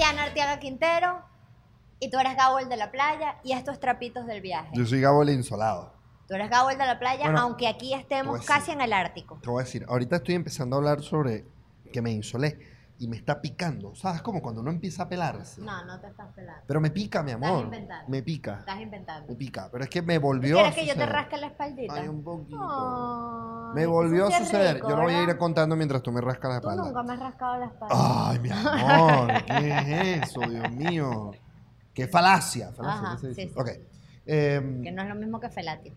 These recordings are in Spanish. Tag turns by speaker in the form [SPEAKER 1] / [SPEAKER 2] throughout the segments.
[SPEAKER 1] Diana Arteaga Quintero y tú eres Gabo el de la playa y estos trapitos del viaje.
[SPEAKER 2] Yo soy Gabo el insolado.
[SPEAKER 1] Tú eres Gabo el de la playa,
[SPEAKER 2] Bueno,
[SPEAKER 1] aunque aquí estemos casi en el Ártico.
[SPEAKER 2] Te voy a decir, ahorita estoy empezando a hablar sobre que me insolé y me está picando. ¿Sabes? Como cuando uno empieza a pelarse.
[SPEAKER 1] No, no te estás pelando.
[SPEAKER 2] Pero me pica, mi amor.
[SPEAKER 1] Estás inventando.
[SPEAKER 2] Me pica.
[SPEAKER 1] Estás inventando.
[SPEAKER 2] Me pica. Pero es que me volvió
[SPEAKER 1] ¿Quieres
[SPEAKER 2] a
[SPEAKER 1] que yo te
[SPEAKER 2] suceder.
[SPEAKER 1] rasque la espaldita?
[SPEAKER 2] Ay, un poquito.
[SPEAKER 1] Ay,
[SPEAKER 2] Me volvió a
[SPEAKER 1] eso sí es
[SPEAKER 2] suceder.
[SPEAKER 1] rico,
[SPEAKER 2] Yo lo voy a ir
[SPEAKER 1] ¿verdad?
[SPEAKER 2] contando mientras tú me rascas la
[SPEAKER 1] Tú
[SPEAKER 2] espalda.
[SPEAKER 1] nunca me has rascado la espalda.
[SPEAKER 2] Ay, mi amor, ¿qué es eso? Dios mío. Qué falacia.
[SPEAKER 1] Ajá,
[SPEAKER 2] ¿qué se dice?
[SPEAKER 1] sí.
[SPEAKER 2] Ok.
[SPEAKER 1] Que no es lo mismo que felatio.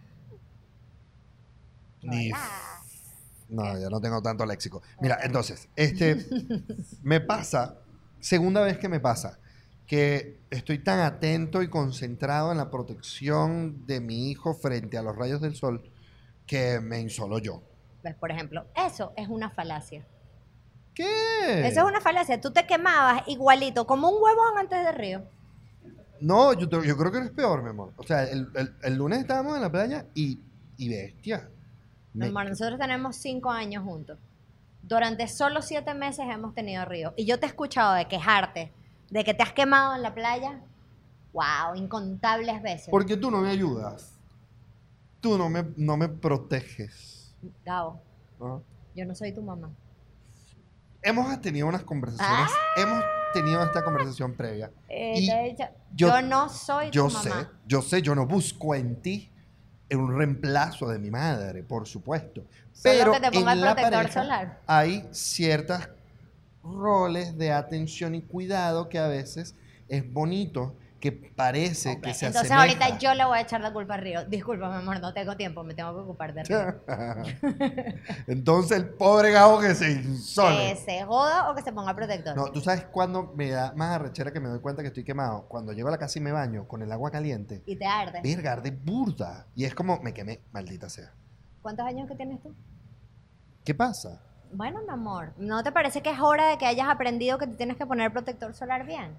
[SPEAKER 2] Ni...
[SPEAKER 1] Hola.
[SPEAKER 2] No, ya no tengo tanto léxico. Mira, entonces, me pasa, segunda vez que me pasa, que estoy tan atento y concentrado en la protección de mi hijo frente a los rayos del sol que me insolo yo.
[SPEAKER 1] ¿Ves? Por ejemplo, eso es una falacia.
[SPEAKER 2] ¿Qué?
[SPEAKER 1] Eso es una falacia. Tú te quemabas igualito, como un huevón antes del río.
[SPEAKER 2] No, yo creo que eres peor, mi amor. O sea, el lunes estábamos en la playa y bestia.
[SPEAKER 1] Mi amor, nosotros tenemos 5 años juntos. Durante solo 7 meses hemos tenido río. Y yo te he escuchado de quejarte, de que te has quemado en la playa. Wow, incontables veces.
[SPEAKER 2] Porque tú no me ayudas. Tú no me proteges.
[SPEAKER 1] Gabo,
[SPEAKER 2] ¿No?
[SPEAKER 1] yo no soy tu mamá.
[SPEAKER 2] Hemos tenido unas conversaciones. Hemos tenido esta conversación previa. Y
[SPEAKER 1] Te he dicho, yo no soy tu mamá.
[SPEAKER 2] yo no busco en ti un reemplazo de mi madre, por supuesto.
[SPEAKER 1] Solo
[SPEAKER 2] Pero
[SPEAKER 1] que te ponga
[SPEAKER 2] en
[SPEAKER 1] el
[SPEAKER 2] la
[SPEAKER 1] protector
[SPEAKER 2] pareja
[SPEAKER 1] solar.
[SPEAKER 2] hay ciertos roles de atención y cuidado que a veces es bonito, que parece
[SPEAKER 1] Ok,
[SPEAKER 2] que se
[SPEAKER 1] entonces
[SPEAKER 2] asemeja.
[SPEAKER 1] ahorita yo le voy a echar la culpa a Río. Disculpa, mi amor, no tengo tiempo, me tengo que ocupar de Río.
[SPEAKER 2] Entonces el pobre Gabo que se
[SPEAKER 1] Que
[SPEAKER 2] insole.
[SPEAKER 1] se joda o que se ponga protector.
[SPEAKER 2] No, tú sabes cuándo me da más arrechera que me doy cuenta que estoy quemado. Cuando llego a la casa y me baño con el agua caliente.
[SPEAKER 1] Y te arde.
[SPEAKER 2] Verga, arde burda. Y es como, me quemé, maldita sea.
[SPEAKER 1] ¿Cuántos años que tienes tú?
[SPEAKER 2] ¿Qué pasa?
[SPEAKER 1] Bueno, mi amor, ¿no te parece que es hora de que hayas aprendido que te tienes que poner protector solar bien?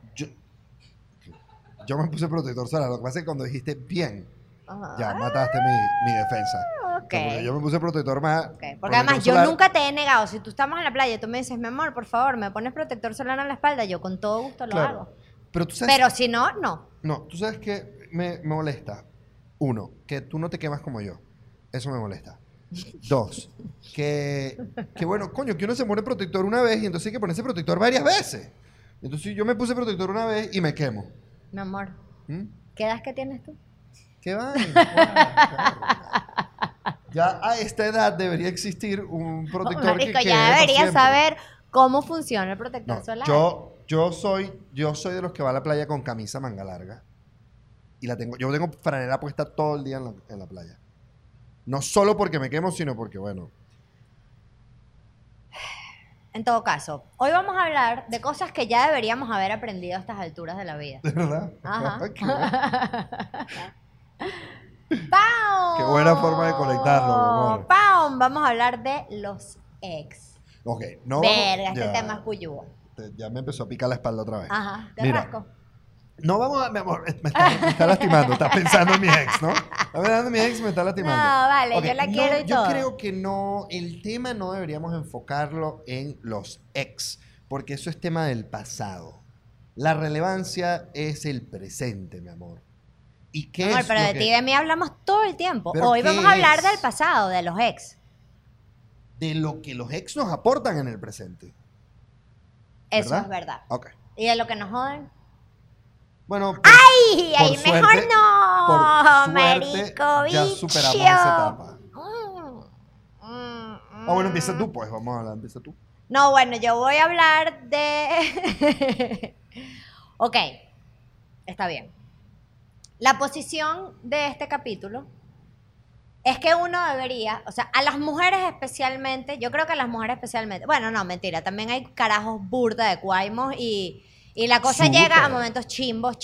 [SPEAKER 2] Yo me puse protector solar. Lo que pasa es que cuando dijiste bien,
[SPEAKER 1] Ajá.
[SPEAKER 2] ya mataste mi defensa.
[SPEAKER 1] Ok.
[SPEAKER 2] O sea, porque yo me puse protector más.
[SPEAKER 1] Ok, porque
[SPEAKER 2] protector
[SPEAKER 1] además yo
[SPEAKER 2] solar.
[SPEAKER 1] nunca te he negado. Si tú estamos en la playa y tú me dices, mi amor, por favor, me pones protector solar en la espalda, yo con todo gusto lo
[SPEAKER 2] Claro.
[SPEAKER 1] hago.
[SPEAKER 2] Pero tú sabes.
[SPEAKER 1] Pero si no, no.
[SPEAKER 2] No, tú sabes que me molesta. Uno, que tú no te quemas como yo. Eso me molesta. Dos, que bueno, coño, que uno se pone protector una vez y entonces hay que ponerse protector varias veces. Entonces yo me puse protector una vez y me quemo.
[SPEAKER 1] Mi amor,
[SPEAKER 2] ¿Mm?
[SPEAKER 1] ¿qué edad que tienes tú?
[SPEAKER 2] ¿Qué va? Ya a esta edad debería existir un protector
[SPEAKER 1] Marico,
[SPEAKER 2] que quede
[SPEAKER 1] ya
[SPEAKER 2] para
[SPEAKER 1] deberías
[SPEAKER 2] siempre.
[SPEAKER 1] saber cómo funciona el protector
[SPEAKER 2] No,
[SPEAKER 1] solar.
[SPEAKER 2] yo soy de los que va a la playa con camisa manga larga. Y yo tengo franela puesta todo el día en la playa. No solo porque me quemo, sino porque, bueno.
[SPEAKER 1] En todo caso, hoy vamos a hablar de cosas que ya deberíamos haber aprendido a estas alturas de la vida.
[SPEAKER 2] ¿De verdad?
[SPEAKER 1] Ajá.
[SPEAKER 2] Qué bueno.
[SPEAKER 1] ¡Pau!
[SPEAKER 2] Qué buena forma de conectarlo, mi amor.
[SPEAKER 1] ¡Pau! Vamos a hablar de los ex.
[SPEAKER 2] Ok, no.
[SPEAKER 1] Verga, este
[SPEAKER 2] ya,
[SPEAKER 1] tema es puyúa.
[SPEAKER 2] Ya me empezó a picar la espalda otra vez.
[SPEAKER 1] Ajá, te
[SPEAKER 2] Mira,
[SPEAKER 1] rasco.
[SPEAKER 2] no vamos a. Mi amor, me está lastimando. Estás pensando en mi ex, ¿no? Estás pensando en mi ex, me está lastimando.
[SPEAKER 1] No, vale,
[SPEAKER 2] Ok,
[SPEAKER 1] yo la quiero y
[SPEAKER 2] yo
[SPEAKER 1] todo.
[SPEAKER 2] creo que no. El tema no deberíamos enfocarlo en los ex, porque eso es tema del pasado. La relevancia es el presente, mi amor. ¿Y qué
[SPEAKER 1] Amor,
[SPEAKER 2] es
[SPEAKER 1] pero
[SPEAKER 2] lo
[SPEAKER 1] de
[SPEAKER 2] que-
[SPEAKER 1] ti y de mí hablamos todo el tiempo.
[SPEAKER 2] ¿Pero
[SPEAKER 1] Hoy
[SPEAKER 2] qué
[SPEAKER 1] vamos a hablar
[SPEAKER 2] es?
[SPEAKER 1] del pasado, de los ex.
[SPEAKER 2] de lo que los ex nos aportan en el presente?
[SPEAKER 1] Eso
[SPEAKER 2] ¿Verdad?
[SPEAKER 1] es verdad.
[SPEAKER 2] Ok.
[SPEAKER 1] ¿Y de lo que nos joden?
[SPEAKER 2] Bueno,
[SPEAKER 1] ¡Ay!
[SPEAKER 2] por
[SPEAKER 1] Ahí
[SPEAKER 2] suerte-
[SPEAKER 1] mejor no,
[SPEAKER 2] por suerte,
[SPEAKER 1] marico,
[SPEAKER 2] ya
[SPEAKER 1] bicho.
[SPEAKER 2] superamos esa etapa.
[SPEAKER 1] Mm.
[SPEAKER 2] Bueno, empieza tú, pues. Vamos a hablar, empieza tú.
[SPEAKER 1] No, bueno, yo voy a hablar de... Ok, está bien. La posición de este capítulo es que uno debería, o sea, a las mujeres especialmente, yo creo que a las mujeres especialmente, bueno, no, mentira, también hay carajos burda de cuaimos y la cosa
[SPEAKER 2] Súper.
[SPEAKER 1] llega a momentos chimbos.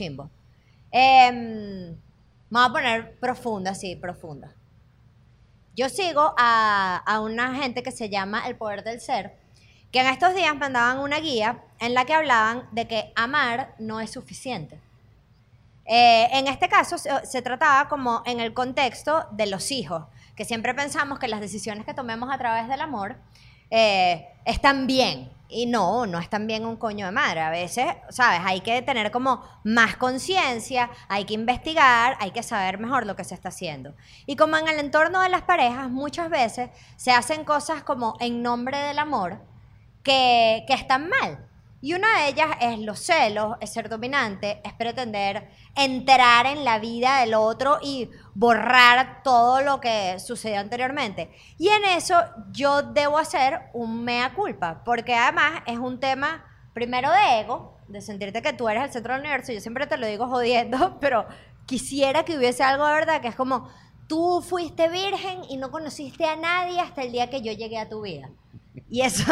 [SPEAKER 1] Me voy a poner profunda, sí, profunda. Yo sigo a una gente que se llama El Poder del Ser, que en estos días mandaban una guía en la que hablaban de que amar no es suficiente. En este caso se trataba como en el contexto de los hijos, que siempre pensamos que las decisiones que tomemos a través del amor están bien. Y no están bien un coño de madre. A veces, ¿sabes? Hay que tener como más conciencia, hay que investigar, hay que saber mejor lo que se está haciendo. Y como en el entorno de las parejas, muchas veces se hacen cosas como en nombre del amor que están mal. Y una de ellas es los celos, es ser dominante, es pretender entrar en la vida del otro y borrar todo lo que sucedió anteriormente. Y en eso yo debo hacer un mea culpa, porque además es un tema, primero de ego, de sentirte que tú eres el centro del universo. Yo siempre te lo digo jodiendo, pero quisiera que hubiese algo de verdad, que es como, tú fuiste virgen y no conociste a nadie hasta el día que yo llegué a tu vida. Y eso...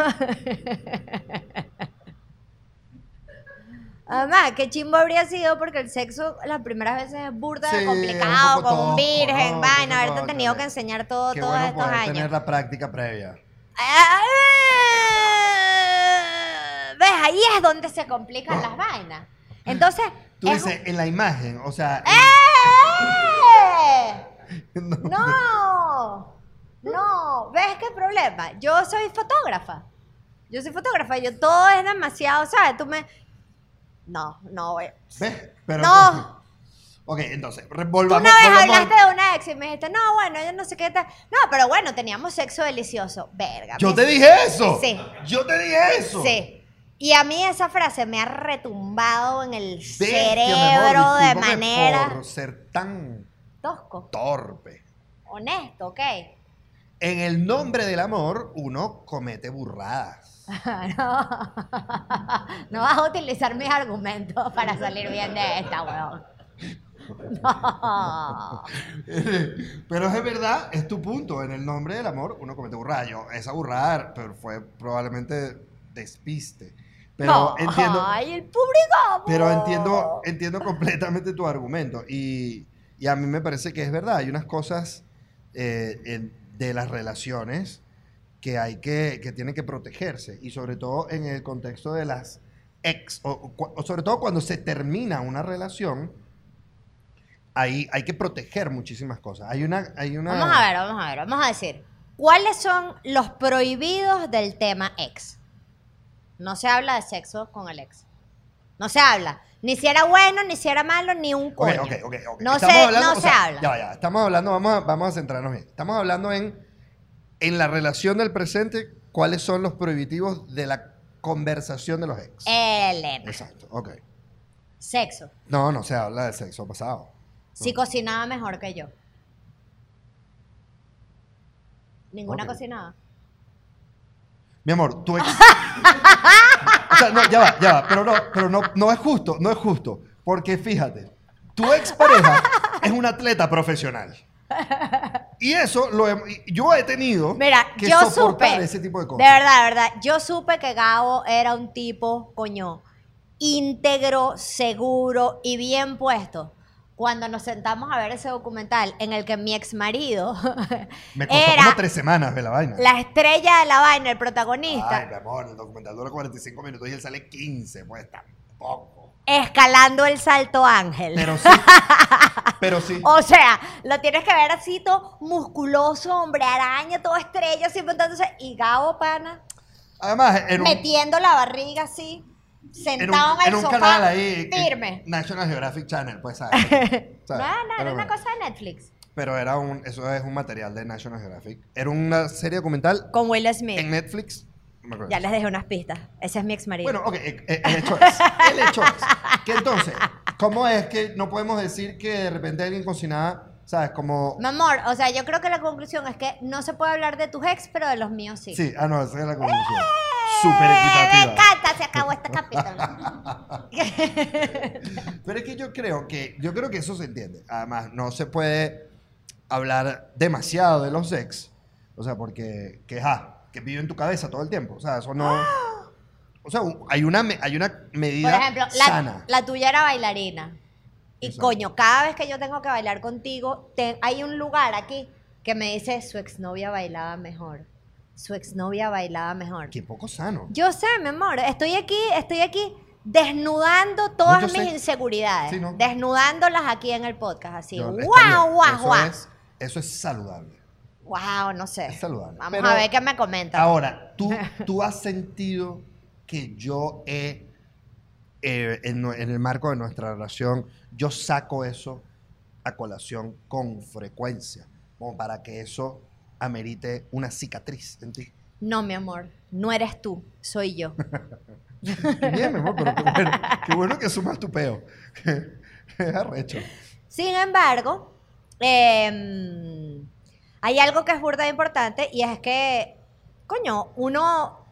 [SPEAKER 1] Además, qué chimbo habría sido porque el sexo las primeras veces es burda de complicado, con un virgen, vaina, haberte tenido que enseñar todo,
[SPEAKER 2] Qué
[SPEAKER 1] todos
[SPEAKER 2] bueno
[SPEAKER 1] estos
[SPEAKER 2] poder
[SPEAKER 1] años.
[SPEAKER 2] tener la práctica previa.
[SPEAKER 1] ¿Ves? Ahí es donde se complican las vainas. Entonces...
[SPEAKER 2] Tú dices, en la imagen, o sea...
[SPEAKER 1] No. ¿Ves qué problema? Yo soy fotógrafa. Yo todo es demasiado, ¿sabes? No, güey.
[SPEAKER 2] ¿Ves? Pero,
[SPEAKER 1] No.
[SPEAKER 2] Ok, entonces,
[SPEAKER 1] Tú una vez
[SPEAKER 2] volvamos
[SPEAKER 1] hablaste de una ex y me dijiste, no, bueno, yo no sé qué tal. No, pero bueno, teníamos sexo delicioso. Verga.
[SPEAKER 2] ¿Yo te dije eso?
[SPEAKER 1] Sí.
[SPEAKER 2] ¿Yo te dije eso?
[SPEAKER 1] Sí. Y a mí esa frase me ha retumbado en el
[SPEAKER 2] Bestia, mi
[SPEAKER 1] cerebro
[SPEAKER 2] amor,
[SPEAKER 1] de
[SPEAKER 2] discúlpame
[SPEAKER 1] manera...
[SPEAKER 2] por ser tan
[SPEAKER 1] Tosco.
[SPEAKER 2] torpe.
[SPEAKER 1] Honesto, ok.
[SPEAKER 2] En el nombre del amor, uno comete burradas.
[SPEAKER 1] No vas a utilizar mis argumentos para salir bien de esta, weón. No.
[SPEAKER 2] Pero es verdad, es tu punto. En el nombre del amor, uno comete burradas. Esa burrada pero fue probablemente despiste. Pero
[SPEAKER 1] No.
[SPEAKER 2] entiendo.
[SPEAKER 1] Ay, el público.
[SPEAKER 2] Pero entiendo completamente tu argumento. Y a mí me parece que es verdad. Hay unas cosas de las relaciones que tienen que protegerse. Y sobre todo en el contexto de las ex. O sobre todo cuando se termina una relación. Ahí hay que proteger muchísimas cosas. Vamos
[SPEAKER 1] a ver. Vamos a decir. ¿Cuáles son los prohibidos del tema ex? No se habla de sexo con el ex. No se habla. Ni si era bueno, ni si era malo, ni un coño.
[SPEAKER 2] Ok.
[SPEAKER 1] No se habla.
[SPEAKER 2] Ya. Estamos hablando, vamos a centrarnos bien. Estamos hablando en la relación del presente, ¿cuáles son los prohibitivos de la conversación de los ex?
[SPEAKER 1] Elena.
[SPEAKER 2] Exacto, ok.
[SPEAKER 1] Sexo.
[SPEAKER 2] No se habla de sexo pasado.
[SPEAKER 1] Si cocinaba mejor que yo. Ninguna
[SPEAKER 2] Ok.
[SPEAKER 1] cocinaba.
[SPEAKER 2] Mi amor, tu ex... O sea, no, ya va, pero no es justo, porque fíjate, tu expareja es una atleta profesional. Y eso yo he tenido
[SPEAKER 1] Mira,
[SPEAKER 2] que
[SPEAKER 1] yo
[SPEAKER 2] soportar
[SPEAKER 1] supe,
[SPEAKER 2] ese tipo de
[SPEAKER 1] de
[SPEAKER 2] cosas.
[SPEAKER 1] verdad, yo supe que Gabo era un tipo, coño, íntegro, seguro y bien puesto. Cuando nos sentamos a ver ese documental en el que mi ex marido
[SPEAKER 2] Me costó
[SPEAKER 1] era
[SPEAKER 2] como 3 semanas ver la vaina.
[SPEAKER 1] la estrella de la vaina, el protagonista,
[SPEAKER 2] Ay, mi amor, el documental dura 45 minutos y él sale 15, pues tampoco.
[SPEAKER 1] escalando el Salto Ángel.
[SPEAKER 2] Pero sí.
[SPEAKER 1] O sea, lo tienes que ver así todo musculoso, hombre araña, todo estrella, así montándose. Y Gabo, pana,
[SPEAKER 2] Además,
[SPEAKER 1] metiendo la barriga así, sentado en
[SPEAKER 2] en
[SPEAKER 1] el
[SPEAKER 2] un
[SPEAKER 1] sofá,
[SPEAKER 2] canal ahí,
[SPEAKER 1] firme.
[SPEAKER 2] National Geographic Channel, pues, ¿sabes?
[SPEAKER 1] No, era
[SPEAKER 2] Pero
[SPEAKER 1] una
[SPEAKER 2] bueno.
[SPEAKER 1] cosa de Netflix.
[SPEAKER 2] Pero eso es un material de National Geographic. Era una serie documental
[SPEAKER 1] Con Will Smith.
[SPEAKER 2] en Netflix. No me acuerdo.
[SPEAKER 1] Ya les dejé unas pistas. Ese es mi ex marido.
[SPEAKER 2] Bueno, ok, el hecho es que entonces, ¿cómo es que no podemos decir que de repente alguien cocinaba, sabes, como...
[SPEAKER 1] Mi amor, o sea, yo creo que la conclusión es que no se puede hablar de tus ex, pero de los míos sí.
[SPEAKER 2] Sí, no, esa es la conclusión. Súper
[SPEAKER 1] Me
[SPEAKER 2] equitativa.
[SPEAKER 1] encanta, se acabó este capítulo.
[SPEAKER 2] Pero es que yo creo que eso se entiende. Además, no se puede hablar demasiado de los ex. O sea, porque que vive en tu cabeza todo el tiempo. O sea, eso no... O sea, hay una medida
[SPEAKER 1] Por ejemplo,
[SPEAKER 2] sana.
[SPEAKER 1] la tuya era bailarina. Y
[SPEAKER 2] Exacto.
[SPEAKER 1] coño, cada vez que yo tengo que bailar contigo, hay un lugar aquí que me dice su exnovia bailaba mejor. Su exnovia bailaba mejor.
[SPEAKER 2] Qué poco sano.
[SPEAKER 1] Yo sé, mi amor, estoy aquí desnudando todas
[SPEAKER 2] No, yo
[SPEAKER 1] mis
[SPEAKER 2] sé.
[SPEAKER 1] inseguridades.
[SPEAKER 2] Sí, ¿no?
[SPEAKER 1] Desnudándolas aquí en el podcast, así.
[SPEAKER 2] Está bien.
[SPEAKER 1] ¡Guau, guau, guau!
[SPEAKER 2] Eso es saludable.
[SPEAKER 1] Wow, no sé.
[SPEAKER 2] Es saludable.
[SPEAKER 1] Vamos
[SPEAKER 2] Pero
[SPEAKER 1] a ver qué me comentan.
[SPEAKER 2] ahora, ¿tú has sentido que yo en el marco de nuestra relación, yo saco eso a colación con frecuencia, como para que eso amerite una cicatriz en ti?
[SPEAKER 1] No, mi amor, no eres tú, soy yo.
[SPEAKER 2] Bien, mi amor, pero qué bueno que sumas tu peo. Es arrecho.
[SPEAKER 1] Sin embargo, hay algo que es burda de importante y es que, coño, uno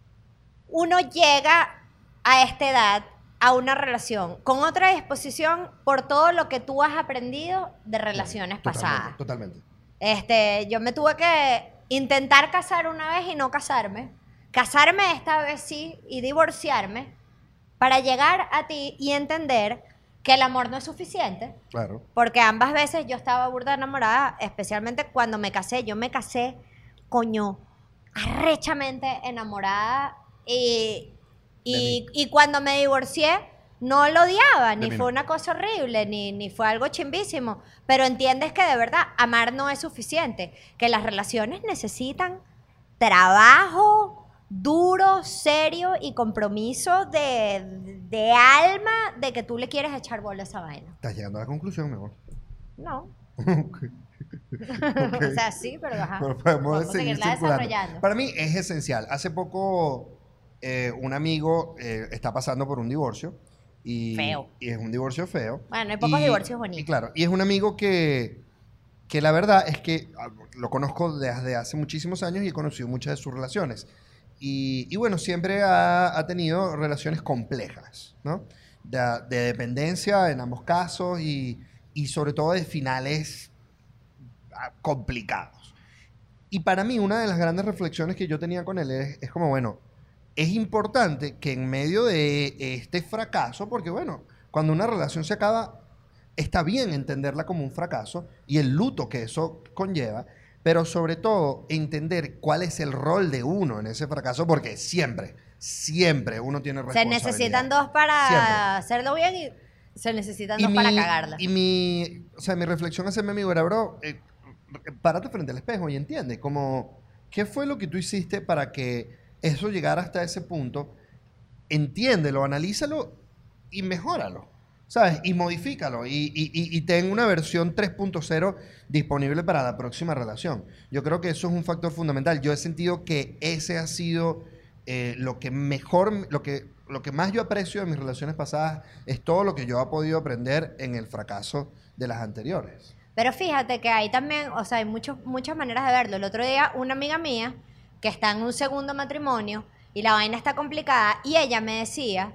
[SPEAKER 1] llega a esta edad a una relación con otra disposición por todo lo que tú has aprendido de relaciones pasadas.
[SPEAKER 2] Totalmente.
[SPEAKER 1] Yo me tuve que intentar casar una vez y no casarme. Casarme esta vez sí y divorciarme para llegar a ti y entender que el amor no es suficiente.
[SPEAKER 2] Claro.
[SPEAKER 1] Porque ambas veces yo estaba burda enamorada, especialmente cuando me casé. Yo me casé, coño, arrechamente enamorada y cuando me divorcié no lo odiaba, ni fue una cosa horrible, ni fue algo chimbísimo. Pero entiendes que de verdad amar no es suficiente, que las relaciones necesitan trabajo duro, serio y compromiso de alma de que tú le quieres echar bola a esa vaina.
[SPEAKER 2] Estás llegando a la conclusión, mi amor.
[SPEAKER 1] No.
[SPEAKER 2] Ok.
[SPEAKER 1] O sea, sí, pero ajá.
[SPEAKER 2] Pero podemos
[SPEAKER 1] Vamos a
[SPEAKER 2] seguir
[SPEAKER 1] seguirla
[SPEAKER 2] circulando.
[SPEAKER 1] desarrollando.
[SPEAKER 2] Para mí es esencial. Hace poco un amigo está pasando por un divorcio.
[SPEAKER 1] Feo.
[SPEAKER 2] Y es un divorcio feo.
[SPEAKER 1] Bueno, hay pocos divorcios bonitos.
[SPEAKER 2] Y claro, y es un amigo que la verdad es que lo conozco desde hace muchísimos años y he conocido muchas de sus relaciones. Y bueno, siempre ha tenido relaciones complejas, ¿no? De dependencia en ambos casos y sobre todo de finales complicados. Y para mí una de las grandes reflexiones que yo tenía con él es como, bueno, es importante que en medio de este fracaso, porque bueno, cuando una relación se acaba, está bien entenderla como un fracaso y el luto que eso conlleva, pero sobre todo entender cuál es el rol de uno en ese fracaso, porque siempre uno tiene
[SPEAKER 1] Se
[SPEAKER 2] responsabilidad.
[SPEAKER 1] necesitan dos para hacerlo bien y se necesitan dos para cagarla.
[SPEAKER 2] Y mi reflexión hacia mi amigo era, bro, párate frente al espejo y entiende como, ¿qué fue lo que tú hiciste para que eso llegara hasta ese punto? Entiéndelo, analízalo y mejóralo, ¿sabes? Y modifícalo y ten una versión 3.0 disponible para la próxima relación. Yo creo que eso es un factor fundamental. Yo he sentido que ese ha sido lo que más yo aprecio de mis relaciones pasadas, es todo lo que yo he podido aprender en el fracaso de las anteriores.
[SPEAKER 1] Pero fíjate que hay también, o sea, hay muchas maneras de verlo. El otro día una amiga mía que está en un segundo matrimonio y la vaina está complicada y ella me decía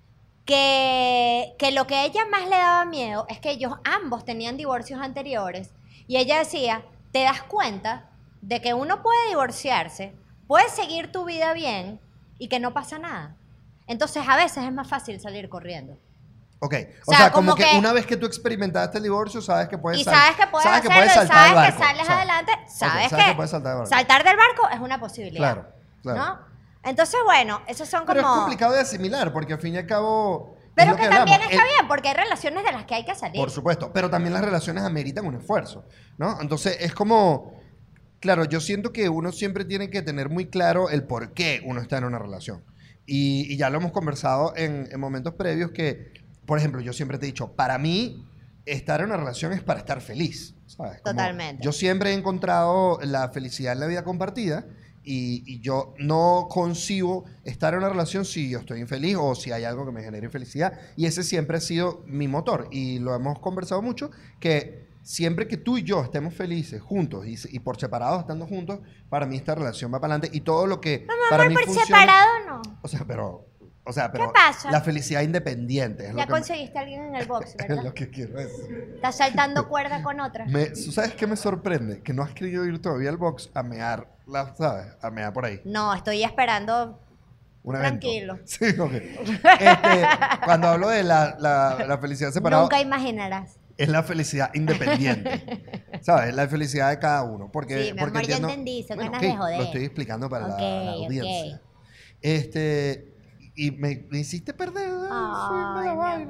[SPEAKER 1] que lo que a ella más le daba miedo es que ellos ambos tenían divorcios anteriores y ella decía, te das cuenta de que uno puede divorciarse, puedes seguir tu vida bien y que no pasa nada. Entonces a veces es más fácil salir corriendo.
[SPEAKER 2] Ok, o sea, como que una vez que tú experimentaste el divorcio, sabes que puedes
[SPEAKER 1] saltar. Y sabes que puedes hacerlo, y sabes que sales adelante, sabes que
[SPEAKER 2] puedes saltar del barco.
[SPEAKER 1] Saltar del barco es una posibilidad.
[SPEAKER 2] Claro.
[SPEAKER 1] ¿No? Entonces, bueno, esos son como...
[SPEAKER 2] Pero es complicado de asimilar, porque al fin y al cabo...
[SPEAKER 1] Pero que también está bien, porque hay relaciones de las que hay que salir.
[SPEAKER 2] Por supuesto, pero también las relaciones ameritan un esfuerzo, ¿no? Entonces, es como... Claro, yo siento que uno siempre tiene que tener muy claro el por qué uno está en una relación. Y ya lo hemos conversado en momentos previos que, por ejemplo, yo siempre te he dicho, para mí, estar en una relación es para estar feliz, ¿sabes? Como
[SPEAKER 1] totalmente.
[SPEAKER 2] Yo siempre he encontrado la felicidad en la vida compartida y yo no concibo estar en una relación si yo estoy infeliz o si hay algo que me genere infelicidad. Y ese siempre ha sido mi motor. Y lo hemos conversado mucho, que siempre que tú y yo estemos felices juntos y por separado estando juntos, para mí esta relación va para adelante. Y todo lo que para mí
[SPEAKER 1] por
[SPEAKER 2] funciona...
[SPEAKER 1] separado no.
[SPEAKER 2] O sea, pero
[SPEAKER 1] ¿qué pasa?
[SPEAKER 2] la felicidad independiente. Es
[SPEAKER 1] ya conseguiste a alguien en el box, ¿verdad?
[SPEAKER 2] Es lo que quiero decir.
[SPEAKER 1] Estás saltando cuerda con otra.
[SPEAKER 2] ¿Tú sabes qué me sorprende? Que no has querido ir todavía al box a mear, ¿sabes? A mear por ahí.
[SPEAKER 1] No, estoy esperando.
[SPEAKER 2] Tranquilo.
[SPEAKER 1] Evento.
[SPEAKER 2] Sí, ok. Cuando hablo de la felicidad separada...
[SPEAKER 1] Nunca imaginarás.
[SPEAKER 2] Es la felicidad independiente. ¿Sabes? La felicidad de cada uno. Porque,
[SPEAKER 1] sí, mi amor, yo entendí. Son ganas de joder.
[SPEAKER 2] Lo estoy explicando para la audiencia. Y me hiciste perder
[SPEAKER 1] Ay,
[SPEAKER 2] la vaina,
[SPEAKER 1] amor,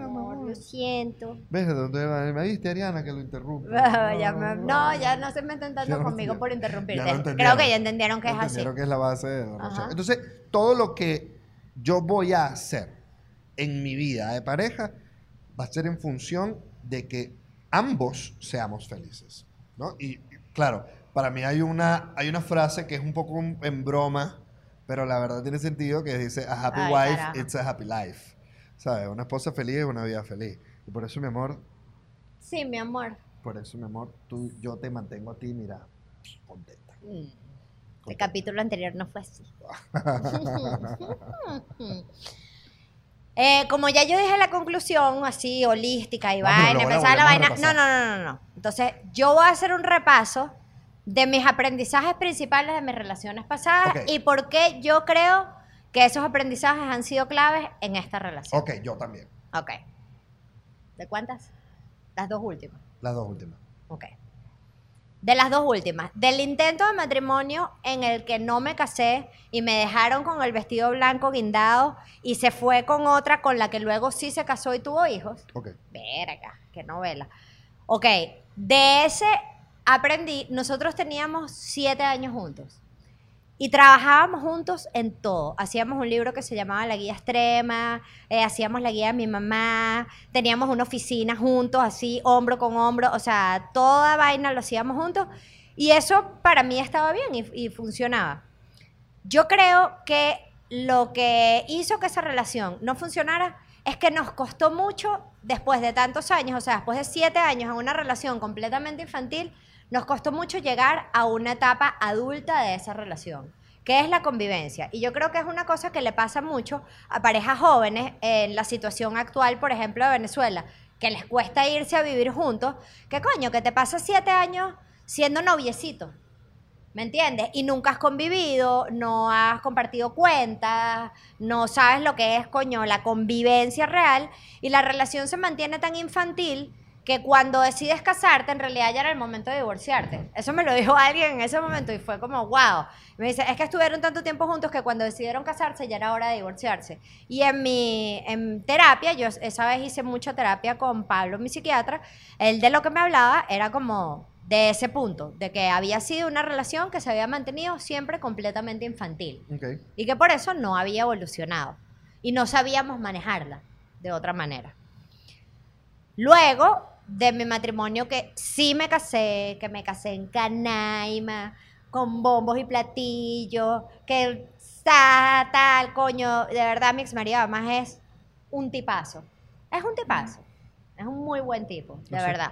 [SPEAKER 1] Lo siento.
[SPEAKER 2] ¿Ves de dónde me viste, Ariana, que lo interrumpe?
[SPEAKER 1] Ya no se meten tanto
[SPEAKER 2] Ya no
[SPEAKER 1] conmigo
[SPEAKER 2] entendieron.
[SPEAKER 1] por
[SPEAKER 2] Ya
[SPEAKER 1] interrumpirte.
[SPEAKER 2] lo entendieron.
[SPEAKER 1] Creo que ya entendieron que es así.
[SPEAKER 2] Entendieron que es la base de la relación.
[SPEAKER 1] Ajá.
[SPEAKER 2] Entonces, todo lo que yo voy a hacer en mi vida de pareja va a ser en función de que ambos seamos felices, ¿no? Y claro, para mí hay una frase que es un poco en broma, pero la verdad tiene sentido, que dice, a happy
[SPEAKER 1] Ay,
[SPEAKER 2] wife,
[SPEAKER 1] carajo.
[SPEAKER 2] it's a happy life. ¿Sabes? Una esposa feliz es una vida feliz. Y por eso, mi amor,
[SPEAKER 1] Sí, mi amor.
[SPEAKER 2] yo te mantengo a ti, mira, contenta.
[SPEAKER 1] El capítulo anterior no fue así. Como ya yo dije la conclusión, así holística y
[SPEAKER 2] No, pero
[SPEAKER 1] vaina,
[SPEAKER 2] luego la
[SPEAKER 1] empezar la
[SPEAKER 2] volvemos a
[SPEAKER 1] vaina.
[SPEAKER 2] repasar.
[SPEAKER 1] No. Entonces, yo voy a hacer un repaso de mis aprendizajes principales de mis relaciones pasadas
[SPEAKER 2] Ok.
[SPEAKER 1] y por qué yo creo que esos aprendizajes han sido claves en esta relación.
[SPEAKER 2] Ok, yo también.
[SPEAKER 1] Ok. ¿De cuántas? Las dos últimas.
[SPEAKER 2] Las dos últimas.
[SPEAKER 1] Ok. De las dos últimas. Del intento de matrimonio en el que no me casé y me dejaron con el vestido blanco guindado y se fue con otra con la que luego sí se casó y tuvo hijos.
[SPEAKER 2] Ok.
[SPEAKER 1] Verga, qué novela. Ok, de ese aprendí, nosotros teníamos 7 años juntos. Y trabajábamos juntos en todo. Hacíamos un libro que se llamaba La Guía Extrema, hacíamos la guía de mi mamá, teníamos una oficina juntos, así, hombro con hombro, o sea, toda vaina lo hacíamos juntos. Y eso para mí estaba bien y funcionaba. Yo creo que lo que hizo que esa relación no funcionara es que nos costó mucho, después de tantos años, o sea, después de 7 años en una relación completamente infantil, nos costó mucho llegar a una etapa adulta de esa relación, que es la convivencia. Y yo creo que es una cosa que le pasa mucho a parejas jóvenes en la situación actual, por ejemplo, de Venezuela, que les cuesta irse a vivir juntos. ¿Qué coño? Que te pasas 7 años siendo noviecito, ¿me entiendes? Y nunca has convivido, no has compartido cuentas, no sabes lo que es, coño, la convivencia real, y la relación se mantiene tan infantil que cuando decides casarte, en realidad ya era el momento de divorciarte. Eso me lo dijo alguien en ese momento y fue como, wow. Me dice, es que estuvieron tanto tiempo juntos que cuando decidieron casarse ya era hora de divorciarse. Y en terapia, yo esa vez hice mucha terapia con Pablo, mi psiquiatra, él de lo que me hablaba era como de ese punto, de que había sido una relación que se había mantenido siempre completamente infantil.
[SPEAKER 2] Ok.
[SPEAKER 1] Y que por eso no había evolucionado. Y no sabíamos manejarla de otra manera. Luego de mi matrimonio, que sí me casé, que me casé en Canaima, con bombos y platillos, que está tal, coño, de verdad mi ex marido además es un tipazo. Es un tipazo. Es un muy buen tipo, de
[SPEAKER 2] Lo sé.
[SPEAKER 1] verdad.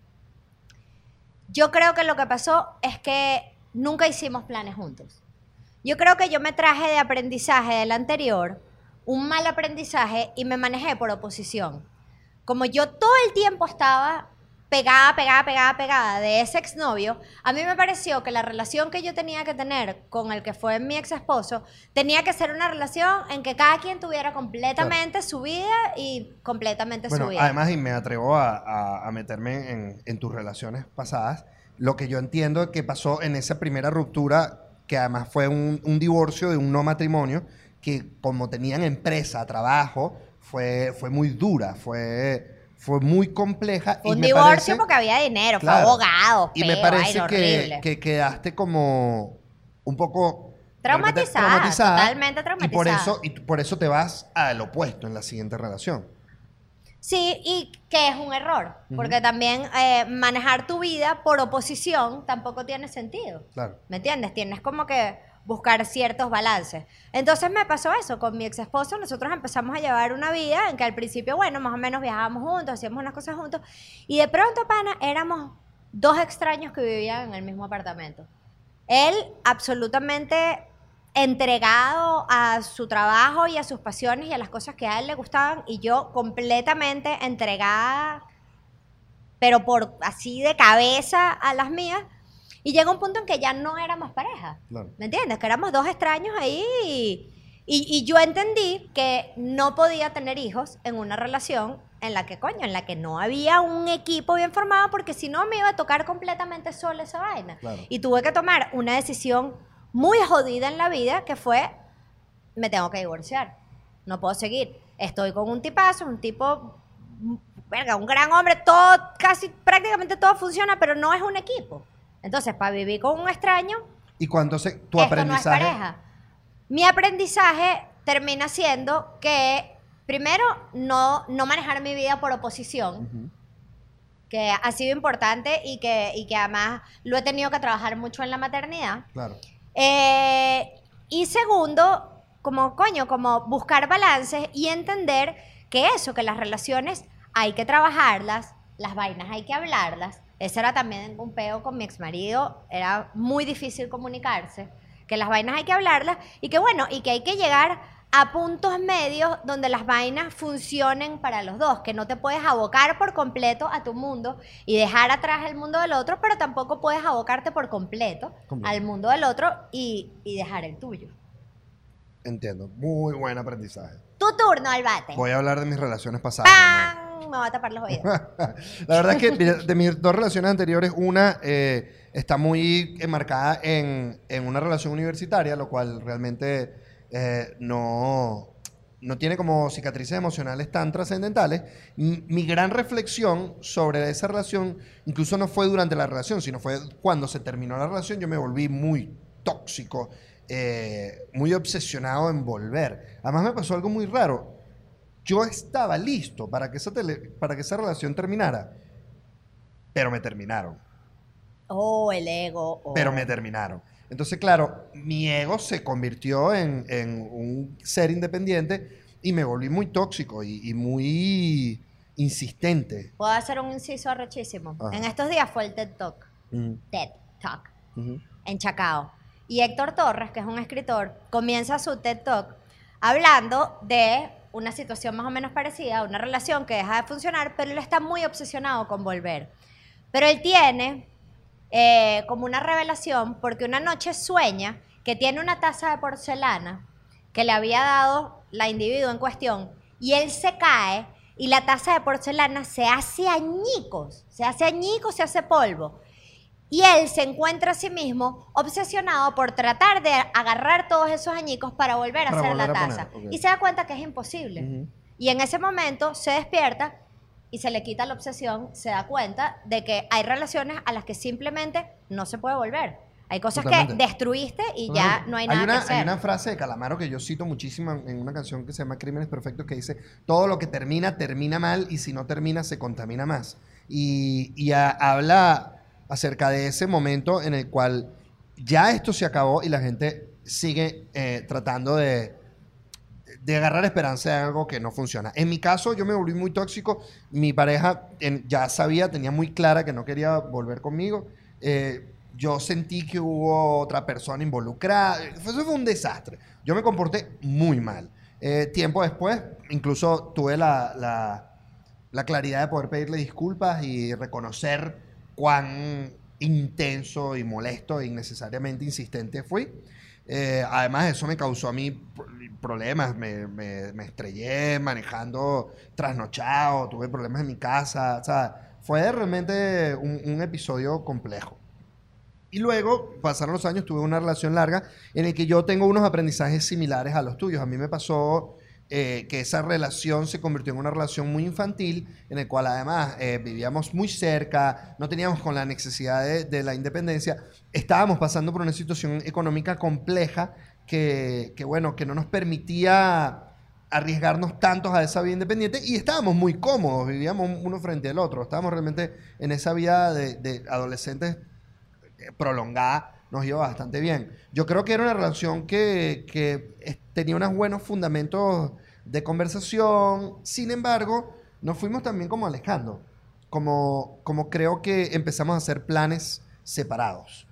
[SPEAKER 1] Yo creo que lo que pasó es que nunca hicimos planes juntos. Yo creo que yo me traje de aprendizaje del anterior un mal aprendizaje y me manejé por oposición. Como yo todo el tiempo estaba pegada de ese exnovio, a mí me pareció que la relación que yo tenía que tener con el que fue mi ex esposo tenía que ser una relación en que cada quien tuviera completamente su vida y completamente su
[SPEAKER 2] Bueno,
[SPEAKER 1] vida.
[SPEAKER 2] además, y me atrevo a meterme en tus relaciones pasadas, lo que yo entiendo que pasó en esa primera ruptura, que además fue un divorcio de un no matrimonio, que como tenían empresa, trabajo, fue muy dura, fue muy compleja.
[SPEAKER 1] Fue
[SPEAKER 2] y
[SPEAKER 1] un
[SPEAKER 2] me
[SPEAKER 1] divorcio
[SPEAKER 2] parece-
[SPEAKER 1] porque había dinero,
[SPEAKER 2] Claro.
[SPEAKER 1] fue abogado,
[SPEAKER 2] Y me
[SPEAKER 1] peo,
[SPEAKER 2] parece
[SPEAKER 1] vaina horrible.
[SPEAKER 2] que quedaste como un poco
[SPEAKER 1] Traumatizada, totalmente traumatizada.
[SPEAKER 2] Y por eso te vas al opuesto en la siguiente relación.
[SPEAKER 1] Sí, y que es un error,
[SPEAKER 2] Ujú.
[SPEAKER 1] porque también manejar tu vida por oposición tampoco tiene sentido.
[SPEAKER 2] Claro.
[SPEAKER 1] ¿Me entiendes? Tienes como que buscar ciertos balances. Entonces me pasó eso con mi ex esposo. Nosotros empezamos a llevar una vida en que al principio, bueno, más o menos viajábamos juntos, hacíamos unas cosas juntos, y de pronto, pana, éramos 2 extraños que vivían en el mismo apartamento. Él absolutamente entregado a su trabajo y a sus pasiones y a las cosas que a él le gustaban, y yo completamente entregada, pero por así de cabeza a las mías. Y llega un punto en que ya no éramos pareja.
[SPEAKER 2] Claro.
[SPEAKER 1] ¿Me entiendes? Que éramos 2 extraños ahí y yo entendí que no podía tener hijos en una relación en la que, coño, en la que no había un equipo bien formado, porque si no me iba a tocar completamente sola esa vaina.
[SPEAKER 2] Claro.
[SPEAKER 1] Y tuve que tomar una decisión muy jodida en la vida, que fue, me tengo que divorciar. No puedo seguir. Estoy con un tipazo, un tipo verga, un gran hombre, todo, casi prácticamente todo funciona, pero no es un equipo. Entonces, para vivir con un extraño,
[SPEAKER 2] Y cuando tu
[SPEAKER 1] esto no es
[SPEAKER 2] aprendizaje...
[SPEAKER 1] pareja. Mi aprendizaje termina siendo que, primero, no manejar mi vida por oposición,
[SPEAKER 2] Ujú,
[SPEAKER 1] que ha sido importante y que además lo he tenido que trabajar mucho en la maternidad.
[SPEAKER 2] claro.
[SPEAKER 1] Y segundo, como buscar balances y entender que eso, que las relaciones hay que trabajarlas, las vainas hay que hablarlas. Ese era también un peo con mi exmarido, era muy difícil comunicarse, que las vainas hay que hablarlas y que bueno, y que hay que llegar a puntos medios donde las vainas funcionen para los dos, que no te puedes abocar por completo a tu mundo y dejar atrás el mundo del otro, pero tampoco puedes abocarte por completo al mundo del otro y dejar el tuyo.
[SPEAKER 2] Entiendo. Muy buen aprendizaje.
[SPEAKER 1] Tu turno al bate.
[SPEAKER 2] Voy a hablar de mis relaciones pasadas. mi amor.
[SPEAKER 1] ¡Pam! Me va a tapar los oídos.
[SPEAKER 2] La verdad es que mira, de mis dos relaciones anteriores, una está muy enmarcada en una relación universitaria, lo cual realmente no tiene como cicatrices emocionales tan trascendentales. Mi gran reflexión sobre esa relación, incluso no fue durante la relación, sino fue cuando se terminó la relación, yo me volví muy tóxico, muy obsesionado en volver. Además me pasó algo muy raro. Yo estaba listo para que esa relación terminara, pero me terminaron.
[SPEAKER 1] Oh, el ego. Oh.
[SPEAKER 2] Pero me terminaron. Entonces, claro, mi ego se convirtió en un ser independiente y me volví muy tóxico y muy insistente.
[SPEAKER 1] Puedo hacer un inciso arrechísimo.
[SPEAKER 2] Ajá.
[SPEAKER 1] En estos días fue el TED Talk.
[SPEAKER 2] Ujú,
[SPEAKER 1] TED Talk.
[SPEAKER 2] ujú.
[SPEAKER 1] En Chacao. Y Héctor Torres, que es un escritor, comienza su TED Talk hablando de una situación más o menos parecida, una relación que deja de funcionar, pero él está muy obsesionado con volver. Pero él tiene como una revelación porque una noche sueña que tiene una taza de porcelana que le había dado la individuo en cuestión y él se cae y la taza de porcelana se hace añicos, se hace polvo. Y él se encuentra a sí mismo obsesionado por tratar de agarrar todos esos añicos para volver a
[SPEAKER 2] Para
[SPEAKER 1] hacer la
[SPEAKER 2] volver a
[SPEAKER 1] taza.
[SPEAKER 2] poner, ok.
[SPEAKER 1] Y se da cuenta que es imposible.
[SPEAKER 2] Ujú.
[SPEAKER 1] Y en ese momento se despierta y se le quita la obsesión, se da cuenta de que hay relaciones a las que simplemente no se puede volver. Hay cosas
[SPEAKER 2] Totalmente.
[SPEAKER 1] que destruiste y ya no hay nada que hacer.
[SPEAKER 2] Hay una frase de Calamaro que yo cito muchísimo en una canción que se llama Crímenes Perfectos que dice, todo lo que termina, termina mal y si no termina, se contamina más. Habla acerca de ese momento en el cual ya esto se acabó y la gente sigue tratando de agarrar esperanza de algo que no funciona. En mi caso, yo me volví muy tóxico. Mi pareja ya sabía, tenía muy clara que no quería volver conmigo. Yo sentí que hubo otra persona involucrada. Eso fue un desastre. Yo me comporté muy mal. Tiempo después, incluso tuve la claridad de poder pedirle disculpas y reconocer cuán intenso y molesto e innecesariamente insistente fui. Además, eso me causó a mí problemas. Me estrellé manejando trasnochado, tuve problemas en mi casa. O sea, fue realmente un episodio complejo. Y luego, pasaron los años, tuve una relación larga en la que yo tengo unos aprendizajes similares a los tuyos. A mí me pasó que esa relación se convirtió en una relación muy infantil, en la cual además vivíamos muy cerca, no teníamos con la necesidad de la independencia, estábamos pasando por una situación económica compleja bueno, que no nos permitía arriesgarnos tantos a esa vida independiente y estábamos muy cómodos, vivíamos uno frente al otro, estábamos realmente en esa vida de adolescentes prolongada, nos iba bastante bien. Yo creo que era una relación que tenía unos buenos fundamentos de conversación, sin embargo, nos fuimos también como alejando, como creo que empezamos a hacer planes separados.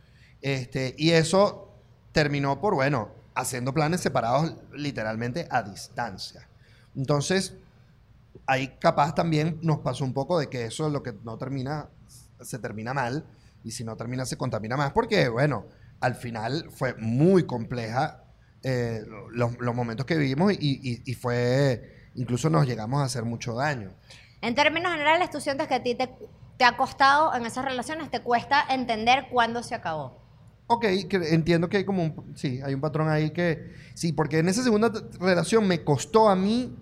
[SPEAKER 2] Y eso terminó por, bueno, haciendo planes separados literalmente a distancia. Entonces, ahí capaz también nos pasó un poco de que eso es lo que no termina, se termina mal, y si no termina se contamina más, porque, bueno, al final fue muy compleja los momentos que vivimos y fue, incluso nos llegamos a hacer mucho daño.
[SPEAKER 1] En términos generales, ¿tú sientes que a ti te ha costado en esas relaciones, te cuesta entender cuándo se acabó?
[SPEAKER 2] Ok, entiendo que hay como sí, hay un patrón ahí que, sí, porque en esa segunda relación me costó a mí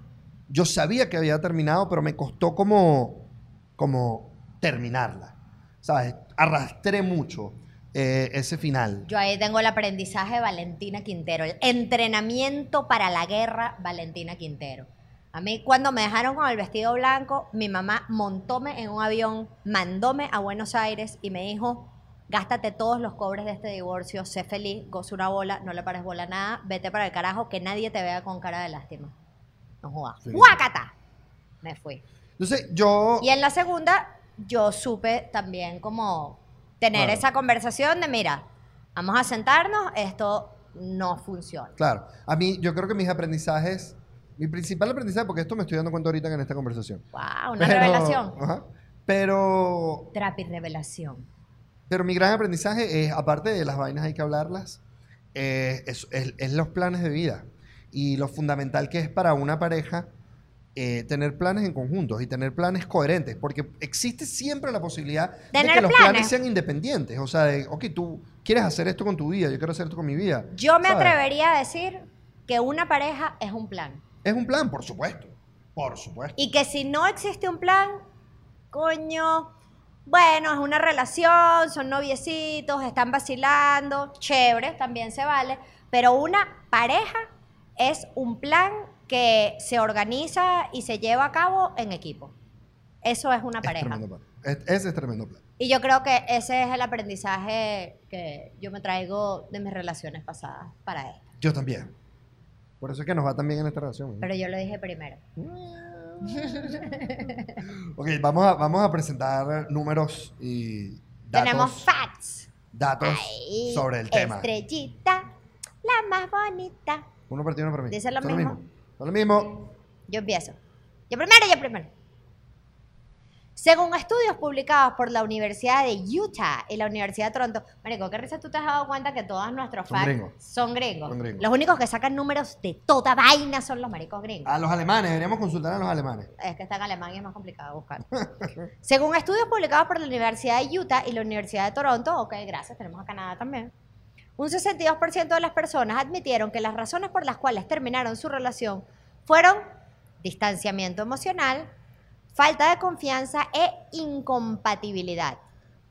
[SPEAKER 2] yo sabía que había terminado, pero me costó como terminarla. ¿Sabes? Arrastré mucho ese final.
[SPEAKER 1] Yo ahí tengo el aprendizaje de Valentina Quintero, el entrenamiento para la guerra Valentina Quintero. A mí cuando me dejaron con el vestido blanco, mi mamá montóme en un avión, mandóme a Buenos Aires y me dijo, gástate todos los cobres de este divorcio, sé feliz, goza una bola, no le pares bola a nada, vete para el carajo, que nadie te vea con cara de lástima. No jodas.
[SPEAKER 2] Sí.
[SPEAKER 1] ¡Guácata! Me fui.
[SPEAKER 2] Entonces, yo...
[SPEAKER 1] Y en la segunda, yo supe también como tener
[SPEAKER 2] Claro.
[SPEAKER 1] esa conversación de, mira, vamos a sentarnos, esto no funciona.
[SPEAKER 2] Claro. A mí, yo creo que mis aprendizajes... Mi principal aprendizaje, porque esto me estoy dando cuenta ahorita en esta conversación.
[SPEAKER 1] ¡Wow! Una revelación.
[SPEAKER 2] Ajá. Pero
[SPEAKER 1] Trapi revelación.
[SPEAKER 2] mi gran aprendizaje es, aparte de las vainas hay que hablarlas, es los planes de vida. Y lo fundamental que es para una pareja tener planes en conjuntos y tener planes coherentes. Porque existe siempre la posibilidad de
[SPEAKER 1] ¿Tener
[SPEAKER 2] que los
[SPEAKER 1] planes?
[SPEAKER 2] planes sean independientes. O sea, de, ok, tú quieres hacer esto con tu vida, yo quiero hacer esto con mi vida.
[SPEAKER 1] Yo me
[SPEAKER 2] ¿sabes?
[SPEAKER 1] atrevería a decir que una pareja es un plan.
[SPEAKER 2] Es un plan, por supuesto. Por supuesto.
[SPEAKER 1] Y que si no existe un plan, coño, bueno, es una relación, son noviecitos, están vacilando, chévere, también se vale. Pero una pareja es un plan que se organiza y se lleva a cabo en equipo. Eso es una
[SPEAKER 2] Es
[SPEAKER 1] pareja.
[SPEAKER 2] tremendo plan. Ese es tremendo plan.
[SPEAKER 1] Y yo creo que ese es el aprendizaje que yo me traigo de mis relaciones pasadas para esto.
[SPEAKER 2] Yo también. Por eso es que nos va tan bien en esta relación. ¿no?
[SPEAKER 1] Pero yo lo dije primero.
[SPEAKER 2] Ok, vamos a presentar números y
[SPEAKER 1] Tenemos facts.
[SPEAKER 2] datos
[SPEAKER 1] Ay,
[SPEAKER 2] sobre el tema.
[SPEAKER 1] Estrellita, la más bonita.
[SPEAKER 2] Uno para ti, uno para mí.
[SPEAKER 1] Dice lo
[SPEAKER 2] Son
[SPEAKER 1] mismo.
[SPEAKER 2] Son lo mismo.
[SPEAKER 1] Yo empiezo. Yo primero. Según estudios publicados por la Universidad de Utah y la Universidad de Toronto, marico, ¿qué risa tú te has dado cuenta que todos nuestros
[SPEAKER 2] Son
[SPEAKER 1] facts
[SPEAKER 2] gringos.
[SPEAKER 1] son gringos?
[SPEAKER 2] Son gringos.
[SPEAKER 1] Los únicos que sacan números de toda vaina son los maricos gringos.
[SPEAKER 2] A los alemanes, deberíamos consultar a los alemanes.
[SPEAKER 1] Es que está en alemán y es más complicado buscar. Según estudios publicados por la Universidad de Utah y la Universidad de Toronto, ok, gracias, tenemos a Canadá también, un 62% de las personas admitieron que las razones por las cuales terminaron su relación fueron distanciamiento emocional, falta de confianza e incompatibilidad.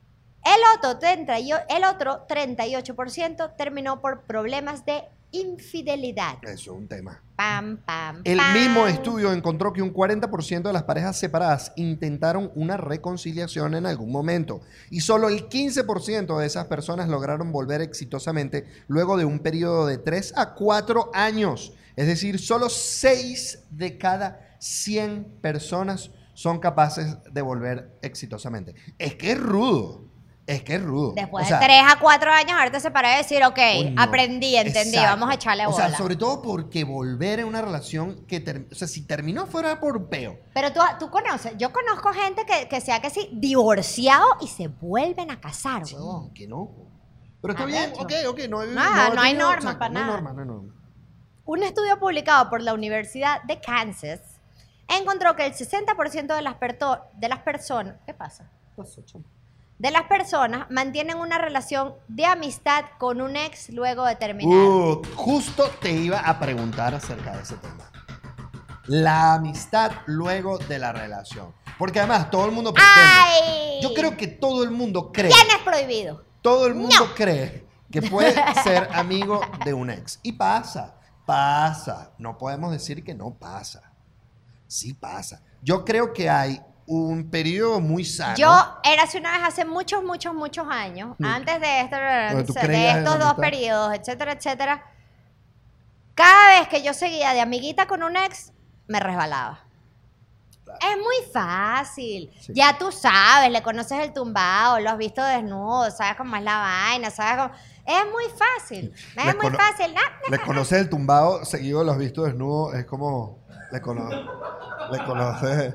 [SPEAKER 1] El otro 38% terminó por problemas de infidelidad.
[SPEAKER 2] Eso es un tema.
[SPEAKER 1] Pam, pam,
[SPEAKER 2] El
[SPEAKER 1] pam.
[SPEAKER 2] mismo estudio encontró que un 40% de las parejas separadas intentaron una reconciliación en algún momento y solo el 15% de esas personas lograron volver exitosamente luego de un periodo de 3 a 4 años. Es decir, solo 6 de cada 100 personas son capaces de volver exitosamente. Es que es rudo. Es que es rudo.
[SPEAKER 1] Después
[SPEAKER 2] O sea,
[SPEAKER 1] de 3 a 4 años, ahorita se para de decir, ok,
[SPEAKER 2] coño,
[SPEAKER 1] aprendí, entendí,
[SPEAKER 2] exacto.
[SPEAKER 1] vamos a echarle bola.
[SPEAKER 2] O sea, sobre todo porque volver en una relación que... o sea, si terminó fuera por peo.
[SPEAKER 1] Pero tú conoces, yo conozco gente que sea que sí, divorciado y se vuelven a casar,
[SPEAKER 2] Sí,
[SPEAKER 1] huevón.
[SPEAKER 2] que no. Pero está bien,
[SPEAKER 1] Arrecho.
[SPEAKER 2] ok. No,
[SPEAKER 1] Nada, no hay
[SPEAKER 2] tenido-
[SPEAKER 1] normas para
[SPEAKER 2] no hay
[SPEAKER 1] nada.
[SPEAKER 2] normas, no hay normas.
[SPEAKER 1] Un estudio publicado por la Universidad de Kansas encontró que el 60% de las personas, ¿qué pasa? De las personas mantienen una relación de amistad con un ex luego de terminar.
[SPEAKER 2] Justo te iba a preguntar acerca de ese tema. La amistad luego de la relación. Porque además todo el mundo pretende.
[SPEAKER 1] ¡Ay!
[SPEAKER 2] Yo creo que todo el mundo cree.
[SPEAKER 1] ¿Quién es prohibido?
[SPEAKER 2] Todo el mundo
[SPEAKER 1] No.
[SPEAKER 2] cree que puede ser amigo de un ex. Y pasa. No podemos decir que no pasa. Sí pasa. Yo creo que hay un periodo muy sano.
[SPEAKER 1] Yo era así una vez hace muchos años,
[SPEAKER 2] Mm.
[SPEAKER 1] antes de,
[SPEAKER 2] Donde tú
[SPEAKER 1] de
[SPEAKER 2] creías en la
[SPEAKER 1] estos dos
[SPEAKER 2] amistad.
[SPEAKER 1] periodos, etcétera. Cada vez que yo seguía de amiguita con un ex, me resbalaba.
[SPEAKER 2] Claro.
[SPEAKER 1] Es muy fácil.
[SPEAKER 2] Sí.
[SPEAKER 1] Ya tú sabes, le conoces el tumbado, lo has visto desnudo, sabes cómo es la vaina, sabes cómo... Es muy fácil.
[SPEAKER 2] Le
[SPEAKER 1] Es muy
[SPEAKER 2] cono-
[SPEAKER 1] fácil.
[SPEAKER 2] Le conoces el tumbado, seguido los vistos desnudos, es como... Le conoces...